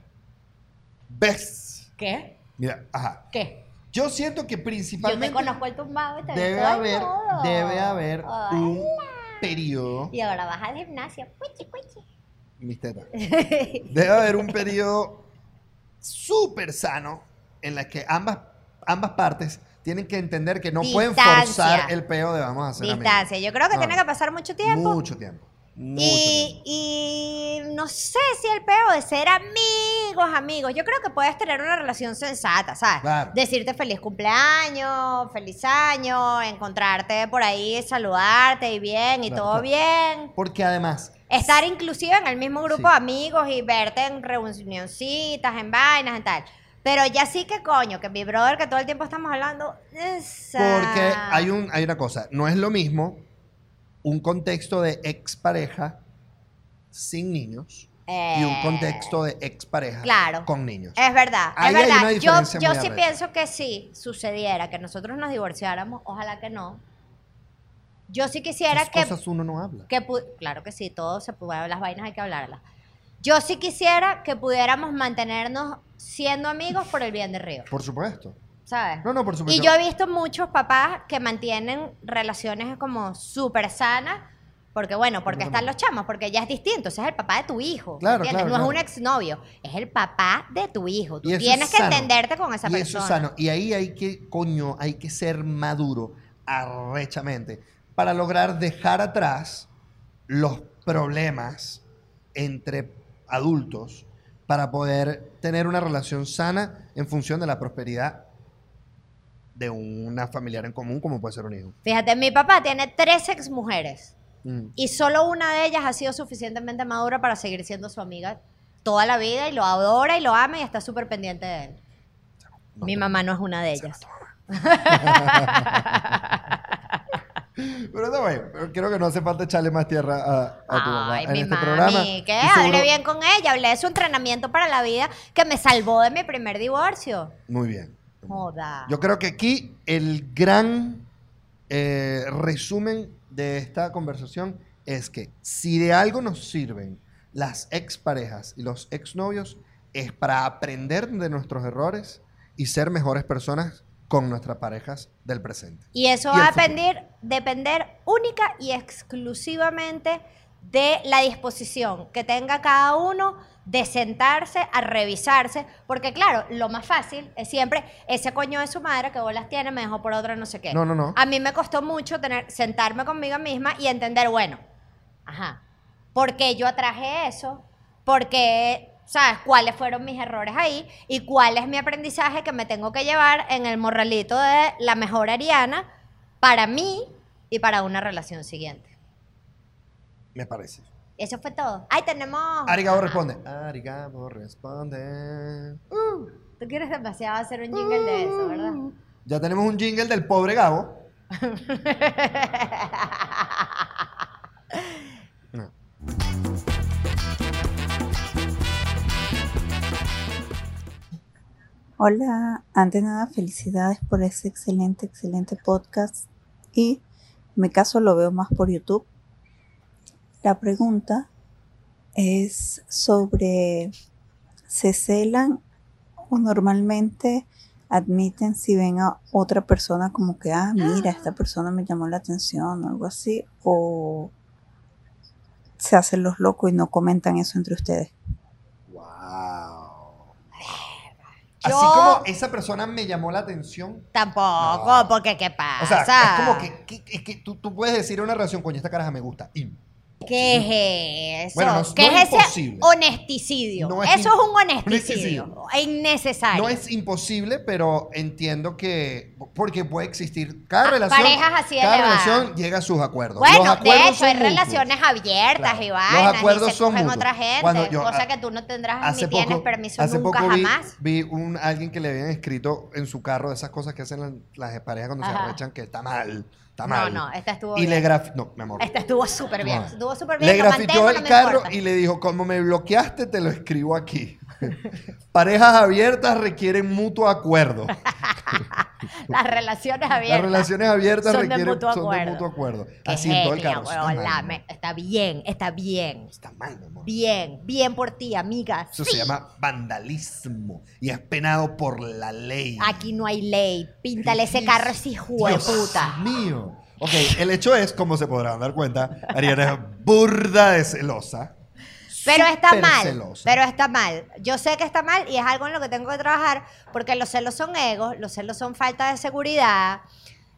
[SPEAKER 2] ¿Ves?
[SPEAKER 1] ¿Qué?
[SPEAKER 2] Mira, ajá.
[SPEAKER 1] ¿Qué?
[SPEAKER 2] Yo siento que
[SPEAKER 1] Yo
[SPEAKER 2] principalmente
[SPEAKER 1] te conozco el tumbado y te
[SPEAKER 2] debe
[SPEAKER 1] visto
[SPEAKER 2] haber,
[SPEAKER 1] desnudo.
[SPEAKER 2] debe haber un
[SPEAKER 1] Hola.
[SPEAKER 2] periodo...
[SPEAKER 1] Y ahora vas al gimnasio. Cuichi.
[SPEAKER 2] Mis tetas. Debe haber un periodo súper sano en la que ambas partes tienen que entender que no pueden
[SPEAKER 1] Distancia.
[SPEAKER 2] forzar el peo de vamos a hacer amigos.
[SPEAKER 1] Distancia. Yo creo que
[SPEAKER 2] No,
[SPEAKER 1] tiene
[SPEAKER 2] no.
[SPEAKER 1] que pasar mucho tiempo.
[SPEAKER 2] Mucho tiempo.
[SPEAKER 1] Y no sé si el peo de ser amigos. Yo creo que puedes tener una relación sensata, ¿sabes?
[SPEAKER 2] Claro.
[SPEAKER 1] Decirte feliz cumpleaños, feliz año, encontrarte por ahí, saludarte y bien, y
[SPEAKER 2] Claro,
[SPEAKER 1] todo
[SPEAKER 2] claro.
[SPEAKER 1] bien.
[SPEAKER 2] Porque además,
[SPEAKER 1] Estar inclusive en el mismo grupo
[SPEAKER 2] Sí.
[SPEAKER 1] de amigos y verte en reunioncitas, en vainas, en tal. Pero ya sí que coño, que mi brother que todo el tiempo estamos hablando.
[SPEAKER 2] porque hay una cosa, no es lo mismo un contexto de expareja sin niños y un contexto de expareja
[SPEAKER 1] Claro.
[SPEAKER 2] con niños.
[SPEAKER 1] Es verdad,
[SPEAKER 2] Ahí
[SPEAKER 1] es
[SPEAKER 2] hay
[SPEAKER 1] verdad.
[SPEAKER 2] una
[SPEAKER 1] Yo
[SPEAKER 2] diferencia muy
[SPEAKER 1] sí
[SPEAKER 2] arrecha.
[SPEAKER 1] pienso que si sucediera que nosotros nos divorciáramos, ojalá que no. Yo sí quisiera
[SPEAKER 2] Esas cosas uno no habla.
[SPEAKER 1] claro que sí, todo se puede, las vainas hay que hablarlas. Yo sí quisiera que pudiéramos mantenernos siendo amigos por el bien de Río,
[SPEAKER 2] Por supuesto.
[SPEAKER 1] ¿sabes?
[SPEAKER 2] No, por supuesto.
[SPEAKER 1] Y yo he visto muchos papás que mantienen relaciones como súper sanas, porque están los chamos, porque ya es distinto, ese es el papá de tu hijo,
[SPEAKER 2] Claro,
[SPEAKER 1] ¿entiendes?
[SPEAKER 2] claro,
[SPEAKER 1] No
[SPEAKER 2] claro.
[SPEAKER 1] es un exnovio, es el papá de tu hijo, tú
[SPEAKER 2] Y eso
[SPEAKER 1] tienes
[SPEAKER 2] es
[SPEAKER 1] que
[SPEAKER 2] sano.
[SPEAKER 1] entenderte con esa
[SPEAKER 2] Y
[SPEAKER 1] persona.
[SPEAKER 2] eso es sano. Y ahí hay que ser maduro arrechamente para lograr dejar atrás los problemas entre adultos para poder tener una relación sana en función de la prosperidad de una familiar en común como puede ser un hijo.
[SPEAKER 1] Fíjate, mi papá tiene 3 exmujeres.
[SPEAKER 2] Mm.
[SPEAKER 1] Y solo una de ellas ha sido suficientemente madura para seguir siendo su amiga toda la vida y lo adora y lo ama y está súper pendiente de él.
[SPEAKER 2] No,
[SPEAKER 1] Mi mamá no es una de ellas.
[SPEAKER 2] Pero está bien, pero creo que no hace falta echarle más tierra a tu mamá
[SPEAKER 1] Ay,
[SPEAKER 2] en
[SPEAKER 1] mi
[SPEAKER 2] este
[SPEAKER 1] mami,
[SPEAKER 2] programa.
[SPEAKER 1] que
[SPEAKER 2] Y seguro-
[SPEAKER 1] hablé bien con ella, hablé de su entrenamiento para la vida que me salvó de mi primer divorcio.
[SPEAKER 2] Muy bien.
[SPEAKER 1] Joda.
[SPEAKER 2] Yo creo que aquí el gran resumen de esta conversación es que si de algo nos sirven las exparejas y los exnovios es para aprender de nuestros errores y ser mejores personas con nuestras parejas del presente.
[SPEAKER 1] Y eso
[SPEAKER 2] Y
[SPEAKER 1] va
[SPEAKER 2] el
[SPEAKER 1] a
[SPEAKER 2] futuro.
[SPEAKER 1] depender única y exclusivamente de la disposición que tenga cada uno de sentarse a revisarse, porque claro, lo más fácil es siempre ese coño de su madre que bolas tiene, me dejó por otra no sé qué.
[SPEAKER 2] No.
[SPEAKER 1] A mí me costó mucho sentarme conmigo misma y entender, bueno, ¿por qué yo atraje eso? ¿Por qué, sabes, cuáles fueron mis errores ahí? ¿Y cuál es mi aprendizaje que me tengo que llevar en el morralito de la mejor Ariana para mí y para una relación siguiente?
[SPEAKER 2] Me parece.
[SPEAKER 1] Eso fue todo. Ay, tenemos...
[SPEAKER 2] Arigabo responde. Arigabo responde.
[SPEAKER 1] Tú quieres demasiado hacer un jingle de eso, ¿verdad?
[SPEAKER 2] Ya tenemos un jingle del pobre Gabo. No.
[SPEAKER 3] Hola, antes de nada, felicidades por ese excelente podcast. Y en mi caso lo veo más por YouTube. La pregunta es sobre, ¿se celan o normalmente admiten si ven a otra persona como que, mira, esta persona me llamó la atención o algo así? ¿O se hacen los locos y no comentan eso entre ustedes?
[SPEAKER 2] Wow.
[SPEAKER 1] Yo-
[SPEAKER 2] Así como esa persona me llamó la atención.
[SPEAKER 1] Tampoco,
[SPEAKER 2] No.
[SPEAKER 1] porque ¿qué pasa?
[SPEAKER 2] O sea, es como que tú puedes decir a una relación, coño, esta caraja me gusta.
[SPEAKER 1] ¿Qué es eso?
[SPEAKER 2] Bueno, no
[SPEAKER 1] ¿Qué
[SPEAKER 2] es
[SPEAKER 1] es ese
[SPEAKER 2] imposible.
[SPEAKER 1] honesticidio?
[SPEAKER 2] No es
[SPEAKER 1] Eso es un honesticidio.
[SPEAKER 2] honesticidio.
[SPEAKER 1] Innecesario.
[SPEAKER 2] No es imposible, pero entiendo que porque puede existir cada relación.
[SPEAKER 1] parejas así
[SPEAKER 2] cada
[SPEAKER 1] elevadas.
[SPEAKER 2] relación llega a sus acuerdos.
[SPEAKER 1] Bueno,
[SPEAKER 2] Los acuerdos
[SPEAKER 1] de hecho,
[SPEAKER 2] son
[SPEAKER 1] hay
[SPEAKER 2] mutuos.
[SPEAKER 1] relaciones abiertas
[SPEAKER 2] Claro.
[SPEAKER 1] y
[SPEAKER 2] Los
[SPEAKER 1] vainas.
[SPEAKER 2] acuerdos
[SPEAKER 1] y se
[SPEAKER 2] son
[SPEAKER 1] cogen
[SPEAKER 2] mutuos.
[SPEAKER 1] otra gente.
[SPEAKER 2] Cuando yo-
[SPEAKER 1] cosa que tú no tendrás ni tienes permiso
[SPEAKER 2] hace
[SPEAKER 1] nunca,
[SPEAKER 2] poco
[SPEAKER 1] jamás.
[SPEAKER 2] vi alguien que le habían escrito en su carro de esas cosas que hacen las parejas cuando se
[SPEAKER 1] Ajá.
[SPEAKER 2] arrechan, que está mal. Está
[SPEAKER 1] No,
[SPEAKER 2] mal.
[SPEAKER 1] no, esta estuvo
[SPEAKER 2] Y le
[SPEAKER 1] bien.
[SPEAKER 2] no, mi amor.
[SPEAKER 1] Esta estuvo súper bien.
[SPEAKER 2] No.
[SPEAKER 1] Estuvo súper bien.
[SPEAKER 2] Le
[SPEAKER 1] lo
[SPEAKER 2] grafiteó
[SPEAKER 1] mantengo,
[SPEAKER 2] el
[SPEAKER 1] no me
[SPEAKER 2] carro
[SPEAKER 1] importa.
[SPEAKER 2] y le dijo, como me bloqueaste, te lo escribo aquí. Parejas abiertas requieren mutuo acuerdo.
[SPEAKER 1] Las relaciones
[SPEAKER 2] Las
[SPEAKER 1] abiertas.
[SPEAKER 2] relaciones abiertas
[SPEAKER 1] son de
[SPEAKER 2] requieren
[SPEAKER 1] mutuo
[SPEAKER 2] son de
[SPEAKER 1] acuerdo.
[SPEAKER 2] mutuo acuerdo.
[SPEAKER 1] Qué
[SPEAKER 2] Así en todo el
[SPEAKER 1] genia,
[SPEAKER 2] carro.
[SPEAKER 1] huevón,
[SPEAKER 2] Está mal, mi amor.
[SPEAKER 1] está bien, está bien.
[SPEAKER 2] Está mal, mi amor.
[SPEAKER 1] Bien, bien por ti, amiga.
[SPEAKER 2] Eso
[SPEAKER 1] Sí.
[SPEAKER 2] se llama vandalismo y es penado por la ley.
[SPEAKER 1] Aquí no hay ley. Píntale ese carro, ese hijo de
[SPEAKER 2] Dios
[SPEAKER 1] puta.
[SPEAKER 2] mío. Ok, el hecho es, como se podrán dar cuenta, Ariana es burda de celosa.
[SPEAKER 1] Pero está
[SPEAKER 2] súper
[SPEAKER 1] mal,
[SPEAKER 2] celosa.
[SPEAKER 1] pero está mal. Yo sé que está mal y es algo en lo que tengo que trabajar porque los celos son egos, los celos son falta de seguridad.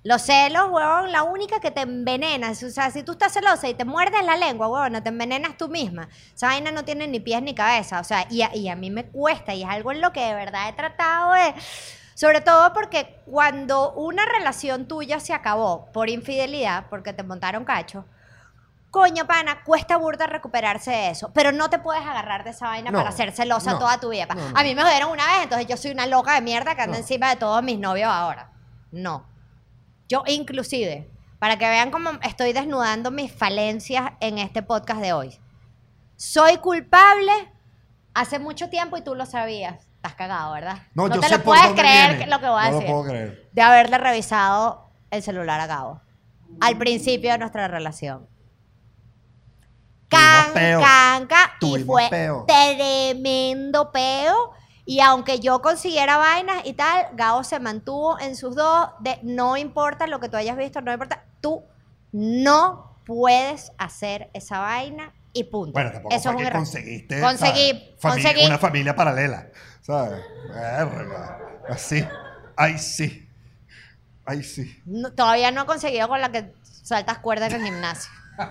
[SPEAKER 1] Los celos, huevón, la única que te envenenas. O sea, si tú estás celosa y te muerdes la lengua, huevón, no te envenenas tú misma. Esa vaina no tiene ni pies ni cabeza. O sea, y a mí me cuesta y es algo en lo que de verdad he tratado de... Sobre todo porque cuando una relación tuya se acabó por infidelidad, porque te montaron cacho, coño, pana, cuesta burda recuperarse de eso. Pero no te puedes agarrar de esa vaina
[SPEAKER 2] No,
[SPEAKER 1] para ser celosa
[SPEAKER 2] no,
[SPEAKER 1] toda tu vida.
[SPEAKER 2] no.
[SPEAKER 1] A mí me jodieron una vez, entonces yo soy una loca de mierda que anda encima de todos mis novios ahora. No. Yo inclusive, para que vean cómo estoy desnudando mis falencias en este podcast de hoy. Soy culpable hace mucho tiempo y tú lo sabías. Estás cagado, ¿verdad?
[SPEAKER 2] No, yo
[SPEAKER 1] te
[SPEAKER 2] sé
[SPEAKER 1] lo
[SPEAKER 2] por
[SPEAKER 1] puedes
[SPEAKER 2] dónde
[SPEAKER 1] creer
[SPEAKER 2] viene.
[SPEAKER 1] lo que voy a
[SPEAKER 2] No
[SPEAKER 1] decir.
[SPEAKER 2] lo puedo creer.
[SPEAKER 1] De haberle revisado el celular a Gabo. Al principio de nuestra relación.
[SPEAKER 2] Tuvimos
[SPEAKER 1] Can,
[SPEAKER 2] peo.
[SPEAKER 1] canca. Y
[SPEAKER 2] Tuvimos
[SPEAKER 1] fue
[SPEAKER 2] peo.
[SPEAKER 1] tremendo peo. Y aunque yo consiguiera vainas y tal, Gabo se mantuvo en sus dos de no importa lo que tú hayas visto, no importa, tú no puedes hacer esa vaina y punto.
[SPEAKER 2] Bueno, tampoco
[SPEAKER 1] Eso
[SPEAKER 2] fue
[SPEAKER 1] es un
[SPEAKER 2] que
[SPEAKER 1] error.
[SPEAKER 2] conseguiste,
[SPEAKER 1] Conseguí,
[SPEAKER 2] ¿sabes?
[SPEAKER 1] conseguí.
[SPEAKER 2] Una familia paralela, ¿sabes? Verga. Así. Ay, sí. Ay, sí.
[SPEAKER 1] Todavía no he conseguido con la que saltas cuerdas en el gimnasio.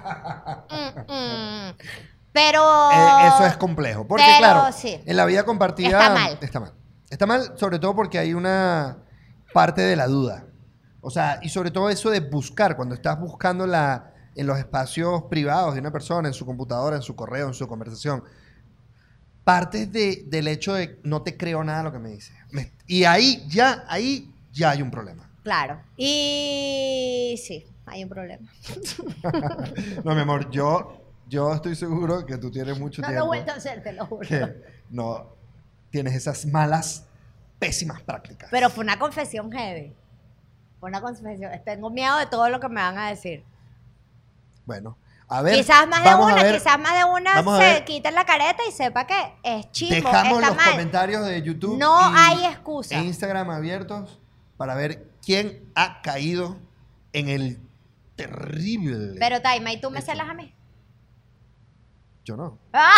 [SPEAKER 1] Pero...
[SPEAKER 2] Eso es complejo. Porque,
[SPEAKER 1] pero
[SPEAKER 2] claro,
[SPEAKER 1] sí.
[SPEAKER 2] en la vida compartida...
[SPEAKER 1] Está mal.
[SPEAKER 2] Está mal. Está mal, sobre todo porque hay una parte de la duda. O sea, y sobre todo eso de buscar, cuando estás buscando en los espacios privados de una persona, en su computadora, en su correo, en su conversación, partes del hecho de no te creo nada de lo que me dices. Y ahí ya hay un problema.
[SPEAKER 1] Claro. Y sí, hay un problema.
[SPEAKER 2] No, mi amor, yo estoy seguro que tú tienes mucho
[SPEAKER 1] No lo he
[SPEAKER 2] tiempo
[SPEAKER 1] vuelto a hacer, te lo juro.
[SPEAKER 2] que no tienes esas malas, pésimas prácticas.
[SPEAKER 1] Pero fue una confesión heavy. Fue una confesión. Tengo miedo de todo lo que me van a decir.
[SPEAKER 2] Bueno, a ver.
[SPEAKER 1] Quizás más de
[SPEAKER 2] vamos a
[SPEAKER 1] una,
[SPEAKER 2] ver,
[SPEAKER 1] quizás más de una
[SPEAKER 2] vamos a
[SPEAKER 1] se
[SPEAKER 2] ver.
[SPEAKER 1] quite la careta y sepa que es chimbo,
[SPEAKER 2] Dejamos
[SPEAKER 1] está
[SPEAKER 2] los
[SPEAKER 1] mal.
[SPEAKER 2] comentarios de YouTube
[SPEAKER 1] No
[SPEAKER 2] y
[SPEAKER 1] hay excusa.
[SPEAKER 2] e Instagram abiertos para ver quién ha caído en el terrible.
[SPEAKER 1] Pero Taima, ¿y tú me celas a mí?
[SPEAKER 2] Yo no.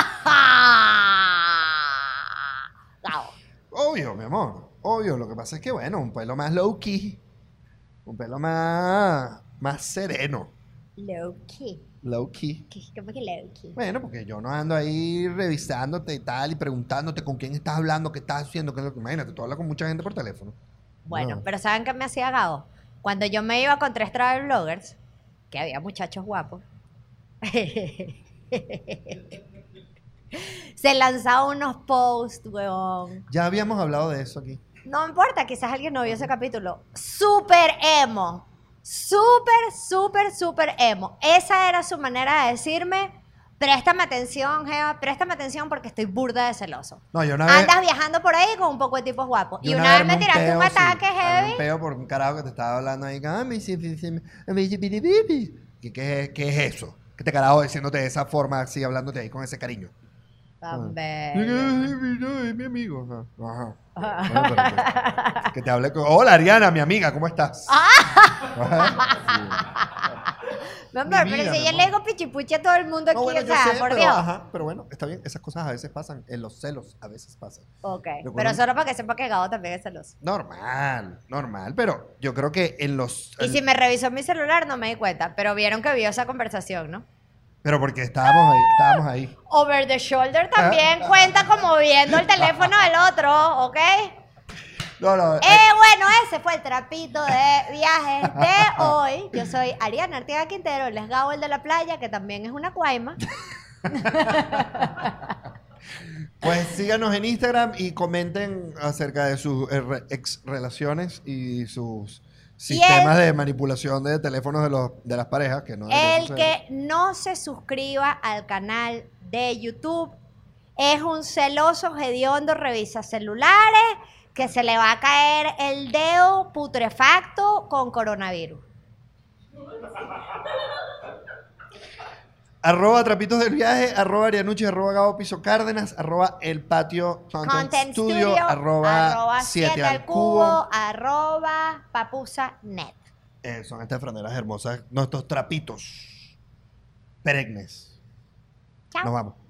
[SPEAKER 1] Gabo.
[SPEAKER 2] Obvio, mi amor. Obvio. Lo que pasa es que, bueno, un pelo más low key. Un pelo más sereno.
[SPEAKER 1] Low key.
[SPEAKER 2] Low key.
[SPEAKER 1] ¿Cómo que low key?
[SPEAKER 2] Bueno, porque yo no ando ahí revisándote y tal y preguntándote con quién estás hablando, qué estás haciendo, qué es lo que... Imagínate, tú hablas con mucha gente por teléfono.
[SPEAKER 1] Bueno,
[SPEAKER 2] No.
[SPEAKER 1] pero ¿saben qué me hacía Gabo? Cuando yo me iba con 3 travel bloggers, que había muchachos guapos, se lanzaba unos posts, huevón.
[SPEAKER 2] Ya habíamos hablado de eso aquí.
[SPEAKER 1] No importa, quizás alguien no vio ese capítulo. Súper emo. Súper emo. Esa era su manera de decirme, préstame atención, Jeva, préstame atención porque estoy burda de celoso.
[SPEAKER 2] No, yo una vez...
[SPEAKER 1] Andas viajando por ahí con un poco de tipos guapos.
[SPEAKER 2] yo
[SPEAKER 1] Y una vez
[SPEAKER 2] armé
[SPEAKER 1] me tiraste un
[SPEAKER 2] peo, sí,
[SPEAKER 1] ataque
[SPEAKER 2] armé
[SPEAKER 1] heavy.
[SPEAKER 2] un peo por un carajo que te estaba hablando ahí. ¿Qué es eso? ¿Qué te carajo diciéndote de esa forma, así, hablándote ahí con ese cariño?
[SPEAKER 1] Tan
[SPEAKER 2] Ay,
[SPEAKER 1] bello.
[SPEAKER 2] es mi amigo. Ajá. Bueno, pero que te hable con... Hola, Ariana, mi amiga, ¿cómo estás?
[SPEAKER 1] Mi amor,
[SPEAKER 2] Mi
[SPEAKER 1] pero
[SPEAKER 2] vida,
[SPEAKER 1] si
[SPEAKER 2] mi
[SPEAKER 1] yo
[SPEAKER 2] amor.
[SPEAKER 1] le digo pichipuchi a todo el mundo aquí,
[SPEAKER 2] No, bueno,
[SPEAKER 1] o
[SPEAKER 2] yo
[SPEAKER 1] sea,
[SPEAKER 2] sé,
[SPEAKER 1] por
[SPEAKER 2] pero,
[SPEAKER 1] Dios.
[SPEAKER 2] ajá, pero bueno, está bien, esas cosas a veces pasan, en los celos a veces pasan.
[SPEAKER 1] Ok,
[SPEAKER 2] Recuerdo-
[SPEAKER 1] pero solo para que sepa que Gabo también es celoso.
[SPEAKER 2] Normal, pero yo creo que en los...
[SPEAKER 1] Y si me revisó mi celular no me di cuenta, pero vieron que vio esa conversación, ¿no?
[SPEAKER 2] Pero porque estábamos ahí.
[SPEAKER 1] Over the shoulder también cuenta como viendo el teléfono del otro, ¿ok?
[SPEAKER 2] No,
[SPEAKER 1] Bueno, ese fue el trapito de viajes de hoy. Yo soy Ariana Artiga Quintero, les Gabo el de la playa, que también es una cuaima.
[SPEAKER 2] pues síganos en Instagram y comenten acerca de sus ex relaciones y sus sistemas de manipulación de teléfonos de las parejas, que no debería
[SPEAKER 1] El
[SPEAKER 2] suceder.
[SPEAKER 1] que no se suscriba al canal de YouTube es un celoso hediondo revisa celulares que se le va a caer el dedo putrefacto con coronavirus.
[SPEAKER 2] @ trapitos del viaje, @ Arianucci, @ Gabo Piso Cárdenas, @ El Patio
[SPEAKER 1] Content
[SPEAKER 2] Studio,
[SPEAKER 1] arroba
[SPEAKER 2] 7 al
[SPEAKER 1] cubo, arroba papusa.net.
[SPEAKER 2] Son estas franelas hermosas, nuestros trapitos perennes.
[SPEAKER 1] Chao.
[SPEAKER 2] Nos vamos.